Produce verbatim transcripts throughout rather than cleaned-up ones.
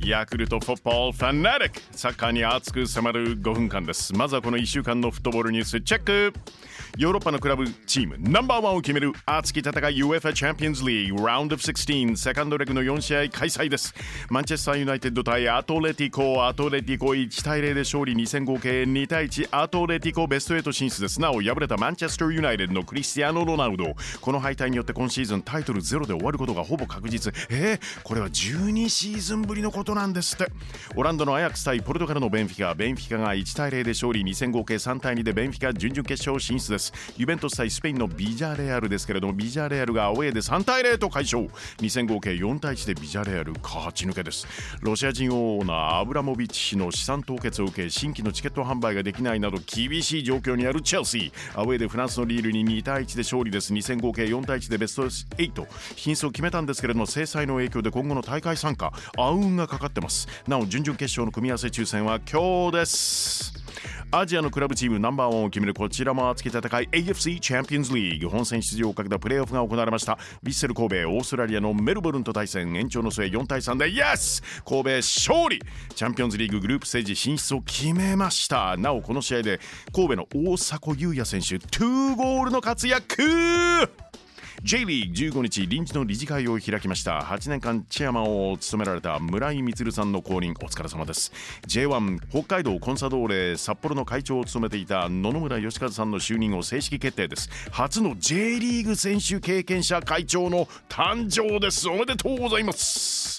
ヤクルトフォットボールファナティック、サッカーに熱く迫るごふんかんです。まずはこのいっしゅうかんのフットボールニュースチェック。ヨーロッパのクラブチームナンバーワンを決める熱き戦い ユーエフエー チャンピオンズリーグラウンドオブじゅうろくセカンドレグのよんしあい開催です。マンチェスターユナイテッド対アトレティコ。アトレティコいちたいゼロで勝利、に戦合計にたいいち。アトレティコベストはち進出です。なお敗れたマンチェスターユナイテッドのクリスティアーノ・ロナウド、この敗退によって今シーズンタイトルゼロで終わることがほぼ確実。えー、これはじゅうにシーズンぶりのことなんですって。オランダのアヤックス対ポルトガルのベンフィカ。ベンフィカがいちたいゼロで勝利、に戦合計さんたいにでベンフィカ準々決勝進出です。ユベントス対スペインのビジャレアルですけれども、ビジャレアルがアウェーでさんたいゼロと快勝、に戦合計よんたいいちでビジャレアル勝ち抜けです。ロシア人オーナーアブラモビッチ氏の資産凍結を受け、新規のチケット販売ができないなど厳しい状況にあるチェルシー。アウェーでフランスのリールににたいいちで勝利です。に戦合計よんたいいちでベストはち進出を決めたんですけれども、制裁の影響で今後の大会参加暗雲がかかってます。なお準々決勝の組み合わせ抽選は今日です。アジアのクラブチームナンバーワンを決めるこちらも熱き戦い エーエフシー チャンピオンズリーグ本戦出場をかけたプレーオフが行われました。ヴィッセル神戸オーストラリアのメルボルンと対戦、延長の末よんたいさんでイエス神戸勝利、チャンピオンズリーググループステージ進出を決めました。なおこの試合で神戸の大迫勇也選手にゴールの活躍。J リーグじゅうごにち臨時の理事会を開きました。はちねんかんチェアマンを務められた村井充さんの後任お疲れ様です。 ジェイワン 北海道コンサドーレ札幌の会長を務めていた野々村義和さんの就任を正式決定です。初の J リーグ選手経験者会長の誕生です。おめでとうございます。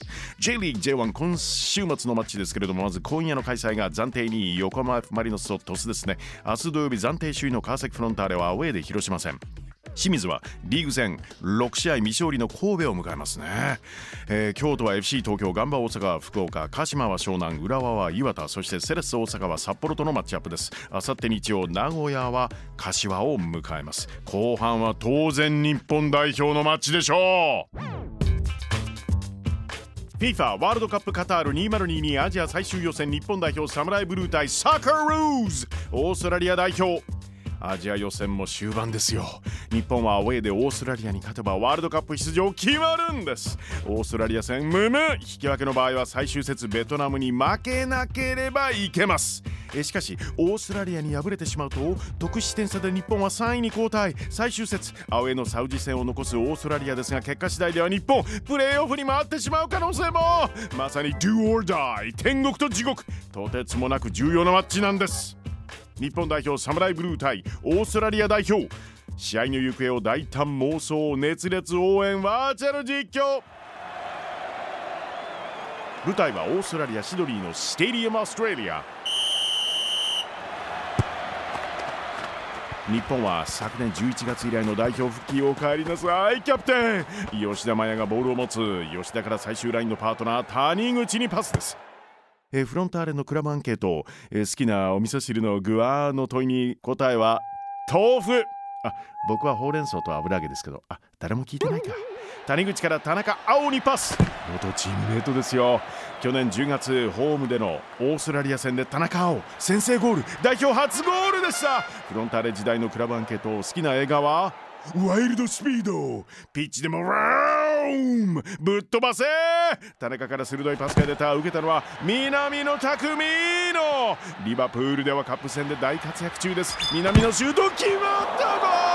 J リーグ ジェイワン 今週末のマッチですけれども、まず今夜の開催が暫定にい横浜 F マリノスと鳥栖ですね。明日土曜日暫定首位の川崎フロンターレはアウェーで広島戦。清水はリーグ戦ろくしあい未勝利の神戸を迎えますね。えー、京都は エフシー 東京、ガンバ大阪は福岡、鹿島は湘南、浦和は岩田、そしてセレッソ大阪は札幌とのマッチアップです。あさって日曜名古屋は柏を迎えます。後半は当然日本代表のマッチでしょう。FIFA ワールドカップカタールにせんにじゅうにアジア最終予選、日本代表サムライブルー対サッカールーズオーストラリア代表。アジア予選も終盤ですよ。日本はアウェーでオーストラリアに勝てばワールドカップ出場決まるんです。オーストラリア戦ムム引き分けの場合は最終節ベトナムに負けなければいけます。えしかしオーストラリアに敗れてしまうと得失点差で日本はさんいに後退。最終節アウェーのサウジ戦を残すオーストラリアですが、結果次第では日本プレーオフに回ってしまう可能性も。まさに Do or Die 天国と地獄、とてつもなく重要なマッチなんです。日本代表サムライブルー対オーストラリア代表、試合の行方を大胆妄想熱烈応援バーチャル実況。舞台はオーストラリアシドニーのスタディアムオーストラリア。日本は昨年じゅういちがつ以来の代表復帰を帰りなさい。キャプテン吉田麻也がボールを持つ。吉田から最終ラインのパートナー谷口にパスです。えー、フロンターレのクラブアンケート、えー、好きなお味噌汁の具はの問いに答えは豆腐。あ、僕はほうれん草と油揚げですけど、あ、誰も聞いてないか。谷口から田中碧にパス。元チームメイトですよ。去年じゅうがつホームでのオーストラリア戦で田中碧先制ゴール、代表初ゴールでした。フロンターレ時代のクラブアンケート、好きな映画はワイルドスピード。ピッチでもラーンぶっ飛ばせ。田中から鋭いパスが出た。受けたのは南野拓実の。リバプールではカップ戦で大活躍中です。南野シュート決まったゴール。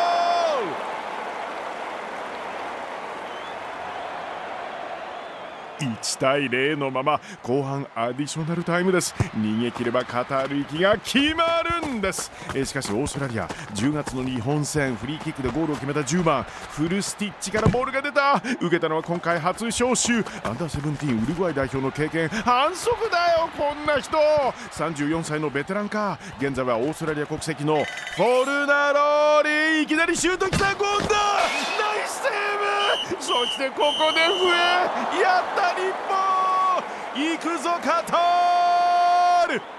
いちたいゼロのまま後半アディショナルタイムです。逃げ切ればカタール行きが決まるんです。えしかしオーストラリアじゅうがつの日本戦フリーキックでゴールを決めたじゅうばんフルスティッチからボールが出た。受けたのは今回初招集アンダーセブンティーンウルグアイ代表の経験。反則だよこんな人。さんじゅうよんさいのベテランか。現在はオーストラリア国籍のフォルナローリ。いきなりシュートきた。ゴールだ。ナイスセーブ。そしてここで笛。やった日本行くぞカタール。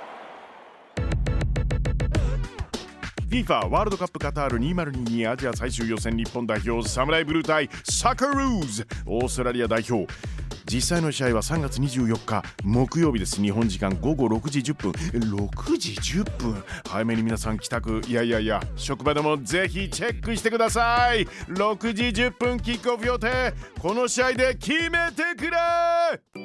FIFA ワールドカップカタールにせんにじゅうにアジア最終予選、日本代表サムライブルー対サッカールーズオーストラリア代表。実際の試合はさんがつにじゅうよっか木曜日です。日本時間ごごろくじじゅっぷん。ろくじじゅっぷん早めに皆さん帰宅、いやいやいや職場でもぜひチェックしてください。ろくじじゅっぷんキックオフ予定。この試合で決めてくれ。